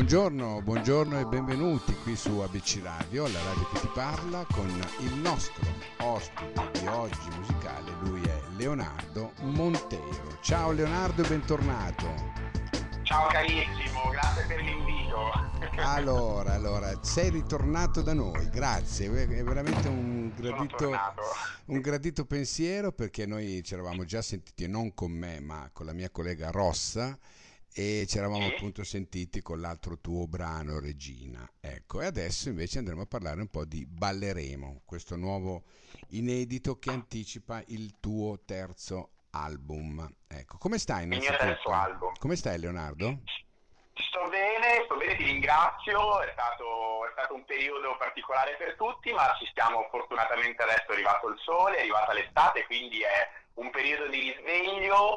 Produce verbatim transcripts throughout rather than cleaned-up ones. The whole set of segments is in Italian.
Buongiorno, buongiorno e benvenuti qui su A B C Radio, la radio che ti parla, con il nostro ospite di oggi musicale. Lui è Leonardo Monteiro. Ciao Leonardo e bentornato. Ciao carissimo, grazie per l'invito. Allora, allora, sei ritornato da noi, grazie, è veramente un Sono gradito, tornato. un gradito pensiero, perché noi ci eravamo già sentiti non con me ma con la mia collega Rossa, e ci eravamo Sì? appunto sentiti con l'altro tuo brano, Regina. Ecco, e adesso invece andremo a parlare un po' di Balleremo, questo nuovo inedito che anticipa il tuo terzo album. Ecco, come stai Il mio terzo innanzitutto? album. Come stai Leonardo? Sto bene, sto bene, ti ringrazio, è stato, è stato un periodo particolare per tutti, ma ci stiamo fortunatamente adesso, è arrivato il sole, è arrivata l'estate, quindi è un periodo di risveglio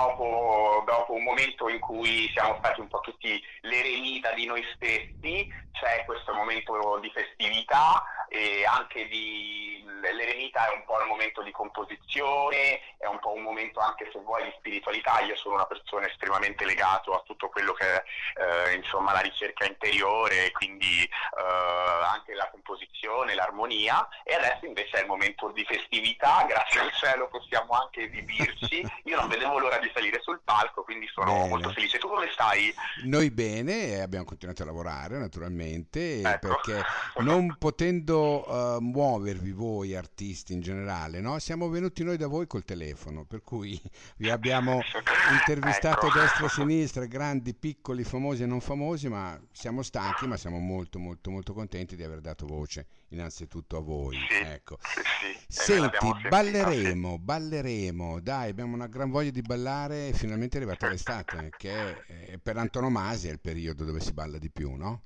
dopo, dopo un momento in cui siamo stati un po' tutti l'eremita di noi stessi. C'è questo momento di festività e anche di l'eremita è un po' il momento di composizione, è un po' un momento anche, se vuoi, di spiritualità. Io sono una persona estremamente legato a tutto quello che è eh, insomma la ricerca interiore, quindi eh, anche la composizione, l'armonia, e adesso invece è il momento di festività, grazie al cielo possiamo anche esibirci. Io non vedevo l'ora di salire sul palco, quindi sono molto Bene. felice. Tu come stai? Noi bene, e abbiamo continuato a lavorare naturalmente, Ecco. perché non potendo eh, muovervi voi artisti in generale, no? Siamo venuti noi da voi col telefono, per cui vi abbiamo intervistato Ecco. a destra e a sinistra, grandi, piccoli, famosi e non famosi, ma siamo stanchi, ma siamo molto molto molto contenti di aver dato voce innanzitutto a voi. Sì, Ecco. sì, sì, e noi Senti, l'abbiamo sentita, sì. balleremo, balleremo, dai, abbiamo una gran voglia di ballare, e finalmente è arrivata l'estate, che è, per antonomasia è il periodo dove si balla di più, no?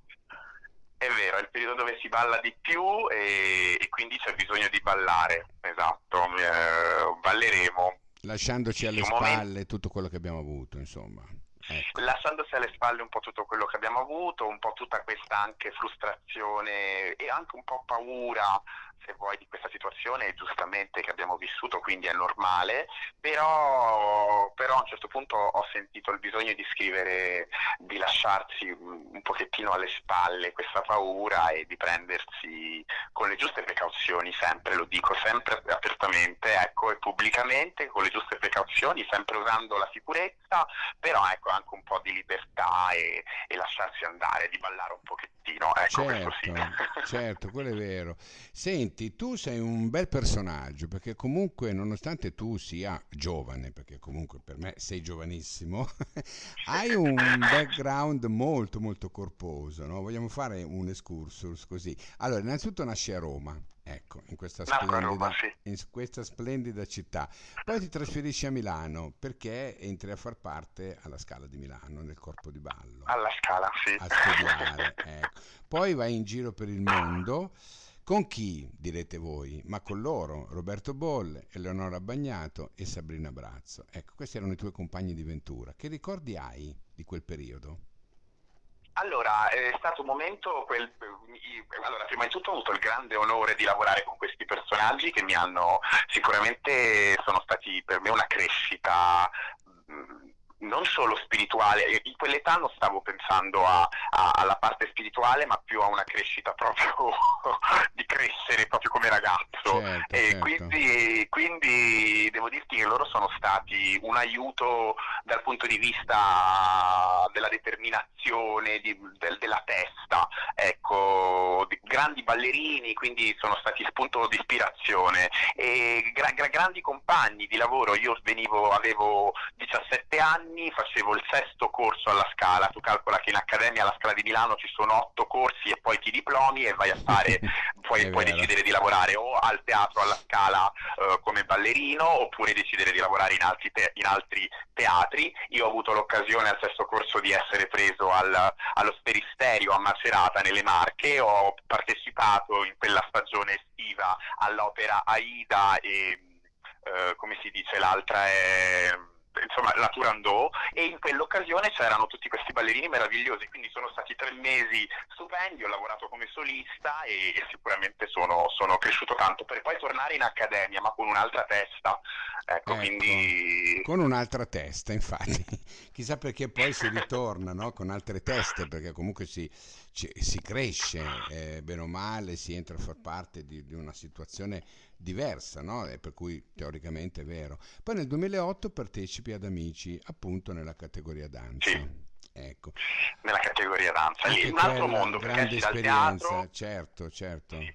È vero, è il periodo dove si balla di più e, e quindi c'è bisogno di ballare, esatto, eh, balleremo. Lasciandoci alle Un momento, spalle tutto quello che abbiamo avuto, insomma. Ecco. lasciandosi alle spalle un po' tutto quello che abbiamo avuto, un po' tutta questa anche frustrazione e anche un po' paura, se vuoi, di questa situazione giustamente che abbiamo vissuto, quindi è normale, però, però a un certo punto ho sentito il bisogno di scrivere, di lasciarsi un un pochettino alle spalle questa paura e di prendersi con le giuste precauzioni, sempre, lo dico sempre apertamente, ecco, e pubblicamente, con le giuste precauzioni, sempre usando la sicurezza, però ecco anche un po' di libertà e, e lasciarsi andare, di ballare un pochettino, ecco, questo sì. Certo, certo, quello è vero. Senti, tu sei un bel personaggio, perché comunque, nonostante tu sia giovane, perché comunque per me sei giovanissimo, hai un background molto molto corposo, no? Vogliamo fare un excursus così. Allora, innanzitutto nasci a Roma, ecco, in questa Nacque a Roma, splendida, sì. in questa splendida città. Poi ti trasferisci a Milano perché entri a far parte alla Scala di Milano, nel corpo di ballo, Alla Scala, sì. a studiare, ecco. Poi vai in giro per il mondo. Con chi, direte voi? Ma con loro, Roberto Bolle, Eleonora Bagnato e Sabrina Brazzo. Ecco, questi erano i tuoi compagni di ventura. Che ricordi hai di quel periodo? Allora, è stato un momento, quel, allora, prima di tutto ho avuto il grande onore di lavorare con questi personaggi che mi hanno sicuramente, sono stati per me una crescita mh, non solo spirituale, in quell'età non stavo pensando a, a- alla parte spirituale, ma più a una crescita proprio di crescere proprio come ragazzo. Certo, E certo. quindi, quindi devo dirti che loro sono stati un aiuto dal punto di vista della determinazione, di- del- della testa, ecco, di- grandi ballerini, quindi sono stati spunto di ispirazione e gra- gra- grandi compagni di lavoro. Io venivo, avevo diciassette anni, facevo il sesto corso alla Scala. Tu calcola che in Accademia alla Scala di Milano ci sono otto corsi e poi ti diplomi e vai a fare, puoi, È puoi vero. decidere di lavorare o al teatro alla Scala eh, come ballerino, oppure decidere di lavorare in altri, te- in altri teatri. Io ho avuto l'occasione al sesto corso di essere preso al, allo Sferisterio a Macerata nelle Marche, ho partecipato in quella stagione estiva all'opera Aida e eh, come si dice l'altra è insomma la Turandot, e in quell'occasione c'erano tutti questi ballerini meravigliosi, quindi sono stati tre mesi stipendi, ho lavorato come solista e, e sicuramente sono, sono cresciuto tanto per poi tornare in accademia, ma con un'altra testa. Ecco, Ecco, quindi con un'altra testa, infatti, chissà perché poi si ritorna, no? Con altre teste, perché comunque si, ci- si cresce, eh, bene o male, si entra a far parte di, di una situazione diversa, no? E per cui teoricamente è vero. Poi nel duemilaotto partecipi ad Amici, appunto nella categoria sì, danza. Ecco, nella categoria danza. Lì è anche un altro quella mondo, perché grande esci dal esperienza, teatro certo, certo.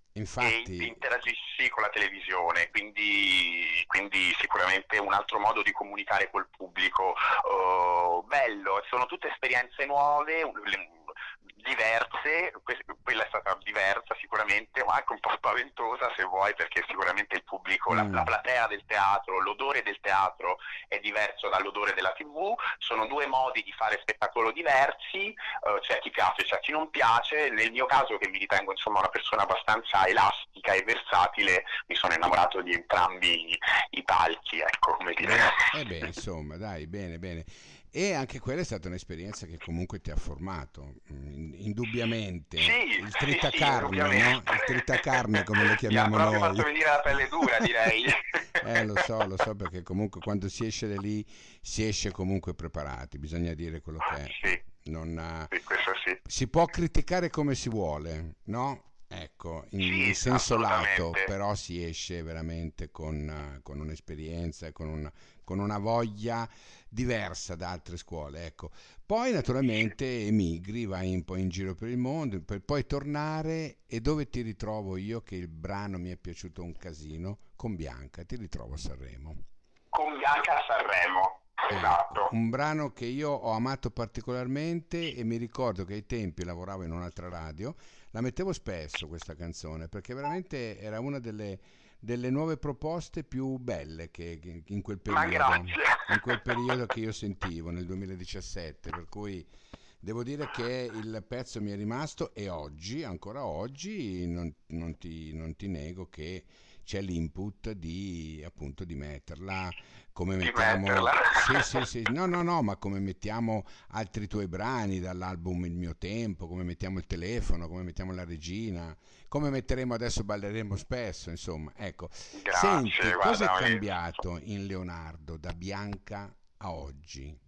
e Infatti, interagisci con la televisione, quindi, quindi sicuramente un altro modo di comunicare col pubblico. Oh, bello, sono tutte esperienze nuove, le- diverse, que- quella è stata diversa sicuramente, ma anche un po' spaventosa se vuoi, perché sicuramente il pubblico, la, la mm, platea del teatro, l'odore del teatro è diverso dall'odore della tivù, sono due modi di fare spettacolo diversi, eh, c'è chi piace, c'è chi non piace. Nel mio caso, che mi ritengo insomma una persona abbastanza elastica e versatile, mi sono innamorato di entrambi i palchi, ecco, come dire. beh, eh beh, insomma, dai, bene, bene. E anche quella è stata un'esperienza che comunque ti ha formato, mm, in- indubbiamente. Sì, Il sì, sì, tritacarne, no? indubbiamente. Il tritacarne, come lo Mi ha chiamiamo proprio noi. fatto venire la pelle dura, direi. Eh, lo so, lo so, perché comunque quando si esce da lì si esce comunque preparati, bisogna dire quello che è. Sì, Non, eh, sì, questo sì. si può criticare come si vuole, no? Ecco, in, in Sì, senso lato, assolutamente. però si esce veramente con, eh, con un'esperienza e con, un- con una voglia diversa da altre scuole, ecco. Poi Sì. naturalmente emigri, vai un po' in giro per il mondo, per poi tornare e dove ti ritrovo io, che il brano mi è piaciuto un casino, con Bianca, ti ritrovo a Sanremo. Con Bianca a Sanremo, Ecco, esatto. un brano che io ho amato particolarmente e mi ricordo che ai tempi lavoravo in un'altra radio, la mettevo spesso questa canzone perché veramente era una delle, delle nuove proposte più belle che, che in quel Ma periodo, grazie. in quel periodo che io sentivo nel duemiladiciassette, per cui devo dire che il pezzo mi è rimasto e oggi, ancora oggi, non, non ti, non ti nego che c'è l'input di appunto di metterla come Di mettiamo, metterla. sì, sì, sì, no, no, no, ma come mettiamo altri tuoi brani dall'album Il mio tempo, come mettiamo il telefono, come mettiamo la regina, come metteremo adesso balleremo spesso, insomma, ecco. Grazie, Senti, cosa è guarda, mi- cambiato in Leonardo da Bianca a oggi?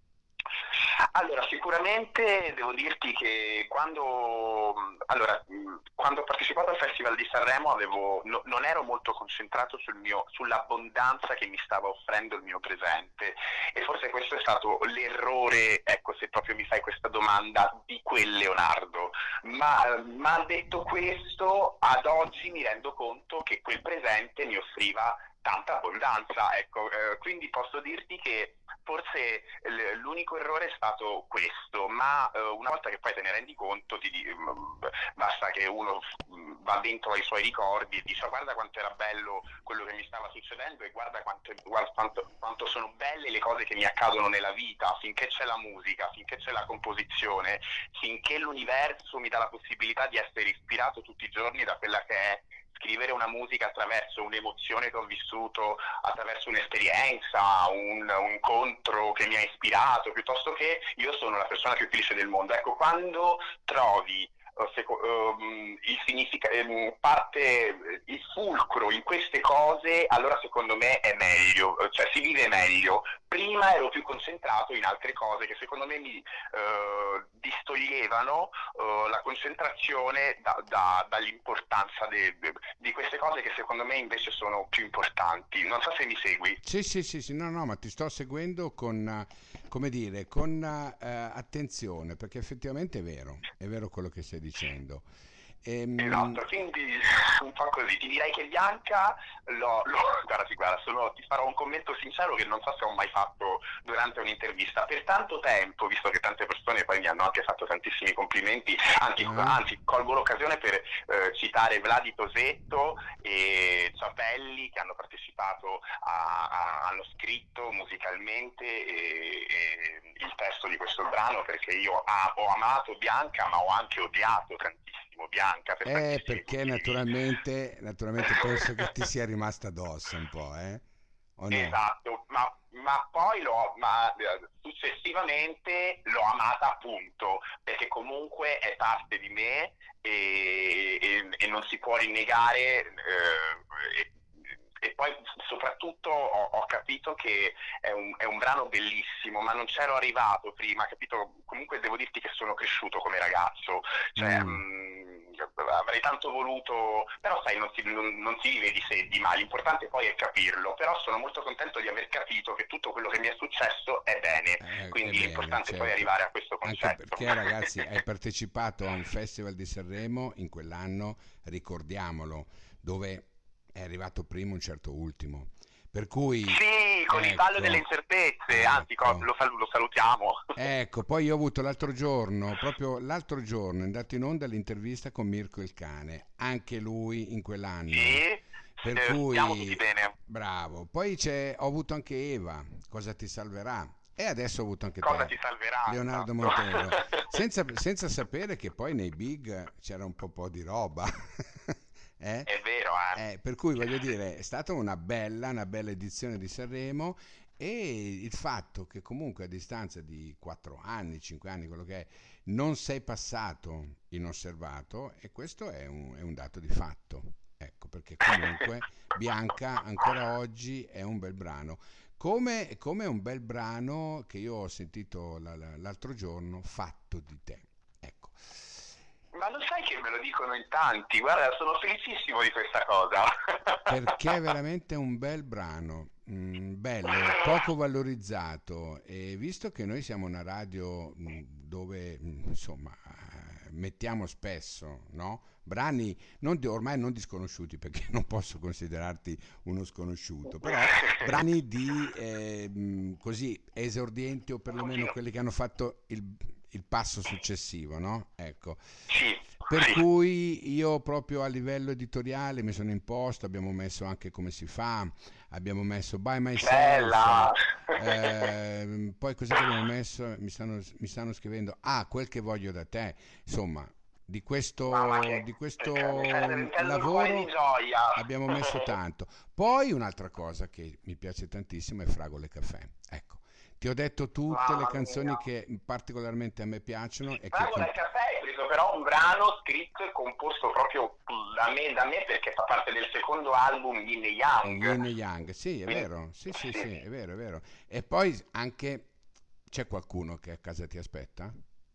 allora, sicuramente devo dirti che quando, allora, mh, quando ho partecipato al Festival di Sanremo avevo, no- non ero molto concentrato sul mio- sull'abbondanza che mi stava offrendo il mio presente e forse questo è stato l'errore, ecco, se proprio mi fai questa domanda, di quel Leonardo. Ma, eh, ma detto questo, ad oggi mi rendo conto che quel presente mi offriva tanta abbondanza, ecco, eh, quindi posso dirti che forse l- l'unico errore è stato questo, ma eh, una volta che poi te ne rendi conto, ti di- m- basta che uno mh, va dentro ai suoi ricordi e dice: "Ah, guarda quanto era bello quello che mi stava succedendo e guarda quanto, guarda quanto, quanto sono belle le cose che mi accadono nella vita, finché c'è la musica, finché c'è la composizione, finché l'universo mi dà la possibilità di essere ispirato tutti i giorni da quella che è scrivere una musica attraverso un'emozione che ho vissuto, attraverso un'esperienza, un, un incontro che mi ha ispirato, piuttosto che io sono la persona più felice del mondo." Ecco, quando trovi eh, seco- ehm, il significa- ehm, parte eh, il fulcro in queste cose, allora secondo me è meglio, eh, cioè si vive meglio. Prima ero più concentrato in altre cose che secondo me mi eh, distoglievano eh, la concentrazione da- da- dall'importanza de- de- di queste cose che secondo me invece sono più importanti. Non so se mi segui. Sì, sì, sì, sì, no, no, ma ti sto seguendo con, eh, come dire, con eh, attenzione, perché effettivamente è vero, è vero quello che stai dicendo. Ehm, Esatto, quindi un po' così. Ti direi che Bianca, l'ho, l'ho- guarda, sì, guarda, sono- ti farò un commento sincero che non so se ho mai fatto durante un'intervista. Per tanto tempo, visto che tante persone poi mi hanno anche fatto tantissimi complimenti, anzi, eh? anzi colgo l'occasione per eh, citare Vladi Tosetto e Ciapelli che hanno partecipato, a- a- hanno scritto musicalmente e- e il testo di questo brano, perché io ah, ho amato Bianca ma ho anche odiato tantissimo Bianca per Eh, tantissimi perché punti di vista. naturalmente, naturalmente penso che ti sia rimasta addosso un po', eh? O no? Esatto, ma, ma poi l'ho, ma, eh, successivamente l'ho amata appunto, perché comunque è parte di me e, e, e non si può rinnegare. Eh, e, e poi soprattutto ho, ho capito che è un, è un brano bellissimo, ma non c'ero arrivato prima, capito? Comunque devo dirti che sono cresciuto come ragazzo, cioè Mm. mh, avrei tanto voluto, però sai, non si, non, non si vive di sé e di male, l'importante poi è capirlo, però sono molto contento di aver capito che tutto quello che mi è successo è bene, Eh, è quindi bene, l'importante poi è certo. arrivare a questo Anche concetto. perché, ragazzi, hai partecipato a un festival di Sanremo in quell'anno, ricordiamolo, dove è arrivato primo un certo ultimo. Per cui, Sì, con il ballo delle ecco, incertezze, anzi co- ecco, lo, sal- lo salutiamo. ecco. Poi io ho avuto l'altro giorno, proprio l'altro giorno, è andato in onda l'intervista con Mirko il cane, anche lui in quell'anno. Sì, Per eh, stiamo tutti cui, bene. bravo. Poi c'è, ho avuto anche Eva, cosa ti salverà? E adesso ho avuto anche Cosa te, ti salverà, Leonardo esatto. Montero, senza, senza sapere che poi nei big c'era un po', po' di roba. Eh? È vero, eh. Eh, per cui voglio dire, è stata una bella, una bella edizione di Sanremo e il fatto che comunque a distanza di quattro anni, cinque anni, quello che è, non sei passato inosservato e questo è un, è un dato di fatto. Ecco, perché comunque Bianca ancora oggi è un bel brano. Come, come un bel brano che io ho sentito la- la- l'altro giorno, Fatto di te. Ecco. Ma lo sai che me lo dicono in tanti? Guarda, sono felicissimo di questa cosa. Perché è veramente un bel brano, mm, bello, poco valorizzato e visto che noi siamo una radio mm, dove mm, insomma eh, mettiamo spesso, no? Brani non di- ormai non disconosciuti perché non posso considerarti uno sconosciuto, però brani di eh, mm, così esordienti o Un perlomeno pochino. quelli che hanno fatto il, il passo successivo, no? Ecco. Sì, Per sì. cui io proprio a livello editoriale mi sono imposto, abbiamo messo anche come si fa, abbiamo messo By Myself, Bella. ehm, poi cos'è che abbiamo messo? Mi stanno, mi stanno scrivendo, ah, quel che voglio da te, insomma, di Mamma questo, che di mi fai questo intendo il cuore di lavoro gioia. abbiamo messo tanto. Poi un'altra cosa che mi piace tantissimo è Fragole Caffè, ecco. Ti ho detto tutte le Mamma canzoni mia. che particolarmente a me piacciono e che Fragola con- e caffè hai preso però un brano scritto e composto proprio da me, da me perché fa parte del secondo album Yin e Yang. Yin e Yang, sì, è Quindi, vero, sì, sì, sì. sì, è vero, è vero. E poi anche c'è qualcuno che a casa ti aspetta?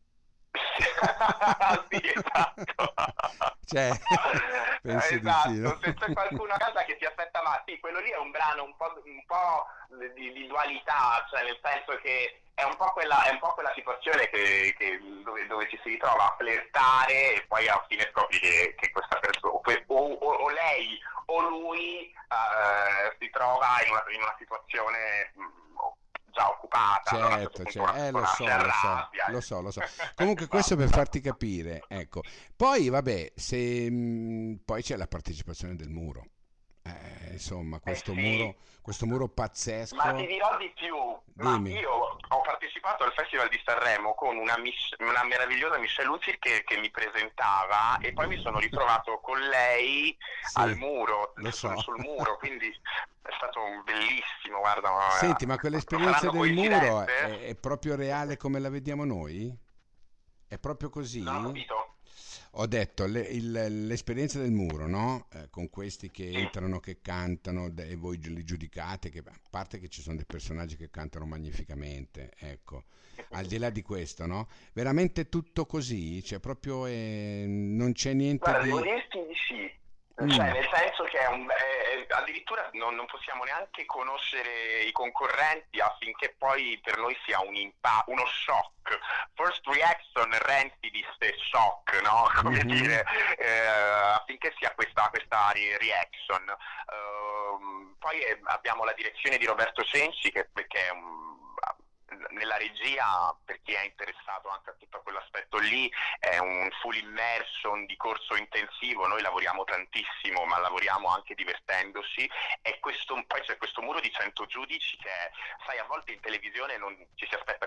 Sì, esatto. Cioè, penso di sì, no? Esatto, se c'è qualcuno a casa che ti aspetta, ma sì, quello lì è un brano un po', un po' di, di dualità, cioè nel senso che è un po' quella, è un po' quella situazione che, che dove, dove ci si ritrova a flirtare e poi alla fine scopri che, che questa persona, o, o, o lei o lui eh, si trova in una, in una situazione mh, già occupata, allora a questo Certo, punto cioè, una eh, lo persona si so, lo so, arrabbia. lo e- so, lo so. Comunque questo per Basta. farti capire, ecco. Poi, vabbè, se, mh, poi c'è la partecipazione del muro. Eh, insomma, Eh questo sì, muro, questo muro ma ti pazzesco. dirò di più, ma Dimmi. io ho partecipato al Festival di Sanremo con una, Mich- una meravigliosa Michelle Ucci che, che mi presentava e poi mi sono ritrovato con lei al Sì, muro, lo sul, so. sul muro, quindi è stato un bellissimo, guarda, Senti, ma eh, quell'esperienza saranno del muro coincidenze? è, è proprio reale come la vediamo noi? È proprio Non ho così? capito. Ho detto, le- il- l'esperienza del muro, no? Eh, con questi che Sì. entrano, che cantano, de- e voi li giudicate, che, a parte che ci sono dei personaggi che cantano magnificamente, ecco. Al di là di questo, no? Veramente tutto così? Cioè, proprio eh, non c'è niente Guarda, devo di... dirti di sì, cioè Mm, nel senso che è un, è- è- addirittura non, non possiamo neanche conoscere i concorrenti affinché poi per noi sia un impa- uno shock. First reaction, Renzi disse shock, no? Come mhm. dire, eh, affinché sia questa, questa re- reaction. Ehm, poi eh, abbiamo la direzione di Roberto Cenci che, che è un nella regia, per chi è interessato anche a tutto quell'aspetto lì, è un full immersion di corso intensivo, noi lavoriamo tantissimo ma lavoriamo anche divertendoci e questo, poi c'è questo muro di cento giudici che sai a volte in televisione non ci si aspetta comunque di trovare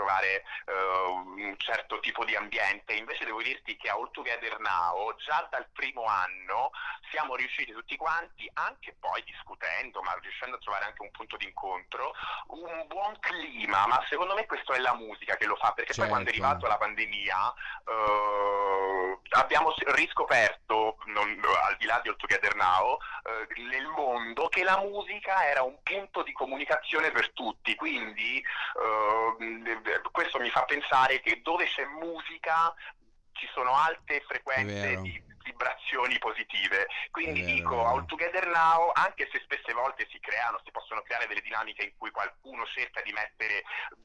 trovare uh, un certo tipo di ambiente. Invece devo dirti che a All Together Now già dal primo anno siamo riusciti tutti quanti, anche poi discutendo, ma riuscendo a trovare anche un punto d'incontro, un buon clima. Ma secondo me questo è la musica che lo fa, perché Certo. poi quando è arrivato la pandemia uh, abbiamo riscoperto, non, al di là di All Together Now, uh, nel mondo, che la musica era un punto di comunicazione per tutti. Quindi uh, questo mi fa pensare che dove c'è musica ci sono alte frequenze di vibrazioni positive. Quindi vero, dico, All Together Now, anche se spesse volte si creano, si possono creare delle dinamiche in cui qualcuno cerca di mettere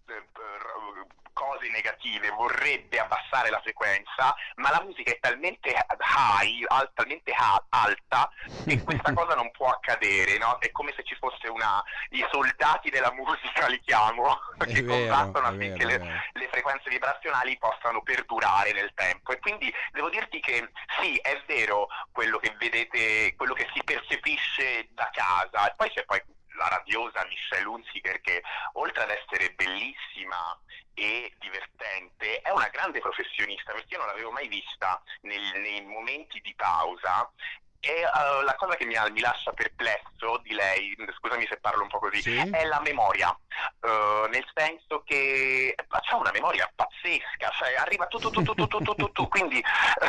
uh, cose negative, vorrebbe abbassare la frequenza, ma la musica è talmente high, al, talmente ha, alta, che questa cosa non può accadere, no? È come se ci fosse una, i soldati della musica, li chiamo, che vero, combattono affinché vero, le, le frequenze vibrazionali possano perdurare nel tempo. E quindi devo dirti che sì, è vero quello che vedete, quello che si percepisce da casa. E poi c'è poi la radiosa Michelle Hunziker, che oltre ad essere bellissima e divertente è una grande professionista, perché io non l'avevo mai vista nel, nei momenti di pausa. E uh, la cosa che mi, mi lascia perplesso di lei, scusami se parlo un po' così, sì? è la memoria, uh, nel senso che ha una memoria pazzesca, cioè arriva tutto tutto tutto tutto tutto, tu, quindi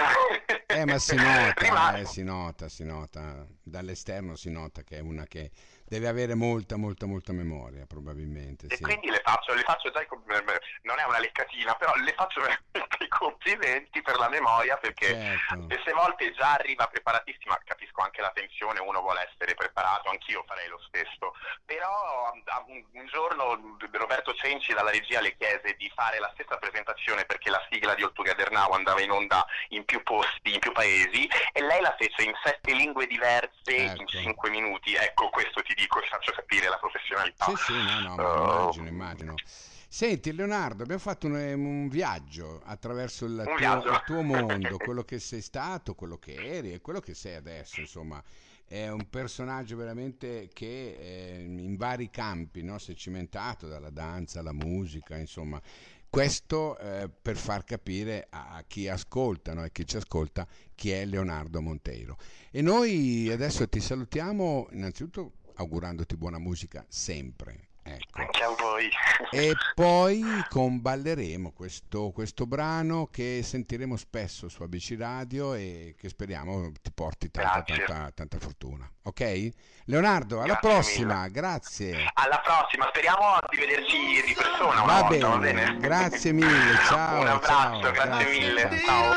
eh ma si nota, rimane... eh, si nota, si nota, dall'esterno si nota che è una che deve avere molta molta molta memoria, probabilmente. E sì. quindi le faccio, le faccio già i, non è una leccatina, però le faccio veramente i complimenti per la memoria, perché certo. queste volte già arriva preparatissima. Capisco anche la tensione, uno vuole essere preparato, anch'io farei lo stesso, però un, un giorno Roberto Cenci dalla regia le chiese di fare la stessa presentazione, perché la sigla di All Together Now andava in onda in più posti, in più paesi, e lei la fece in sette lingue diverse, ecco, in cinque minuti. Ecco, questo ti dico, ti faccio capire la professionalità. Sì, sì, no, no, ma uh, immagino, immagino. Senti Leonardo, abbiamo fatto un, un viaggio attraverso il tuo, viaggio. il tuo mondo, quello che sei stato, quello che eri e quello che sei adesso, insomma. È un personaggio veramente che eh, in vari campi, no, si è cimentato, dalla danza alla musica, insomma. Questo eh, per far capire a chi ascolta, no, e chi ci ascolta, chi è Leonardo Monteiro. E noi adesso ti salutiamo innanzitutto augurandoti buona musica sempre. Ecco. Anche a voi. E poi comballeremo questo, questo brano che sentiremo spesso su A B C Radio e che speriamo ti porti tanta, tanta, tanta fortuna. Ok? Leonardo, alla grazie prossima, mille. Grazie. Alla prossima, speriamo di vederci di persona. Va, una bene, volta, va bene, grazie mille, ciao. Un abbraccio, ciao, grazie, grazie mille, ciao.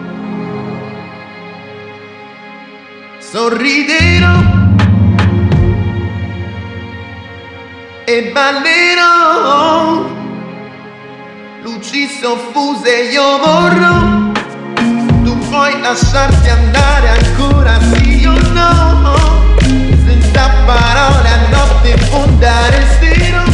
ciao. Sorriderò e ballerò, luci soffuse io vorrò, tu puoi lasciarti andare ancora sì o no, senza parole a notte fonda resterò.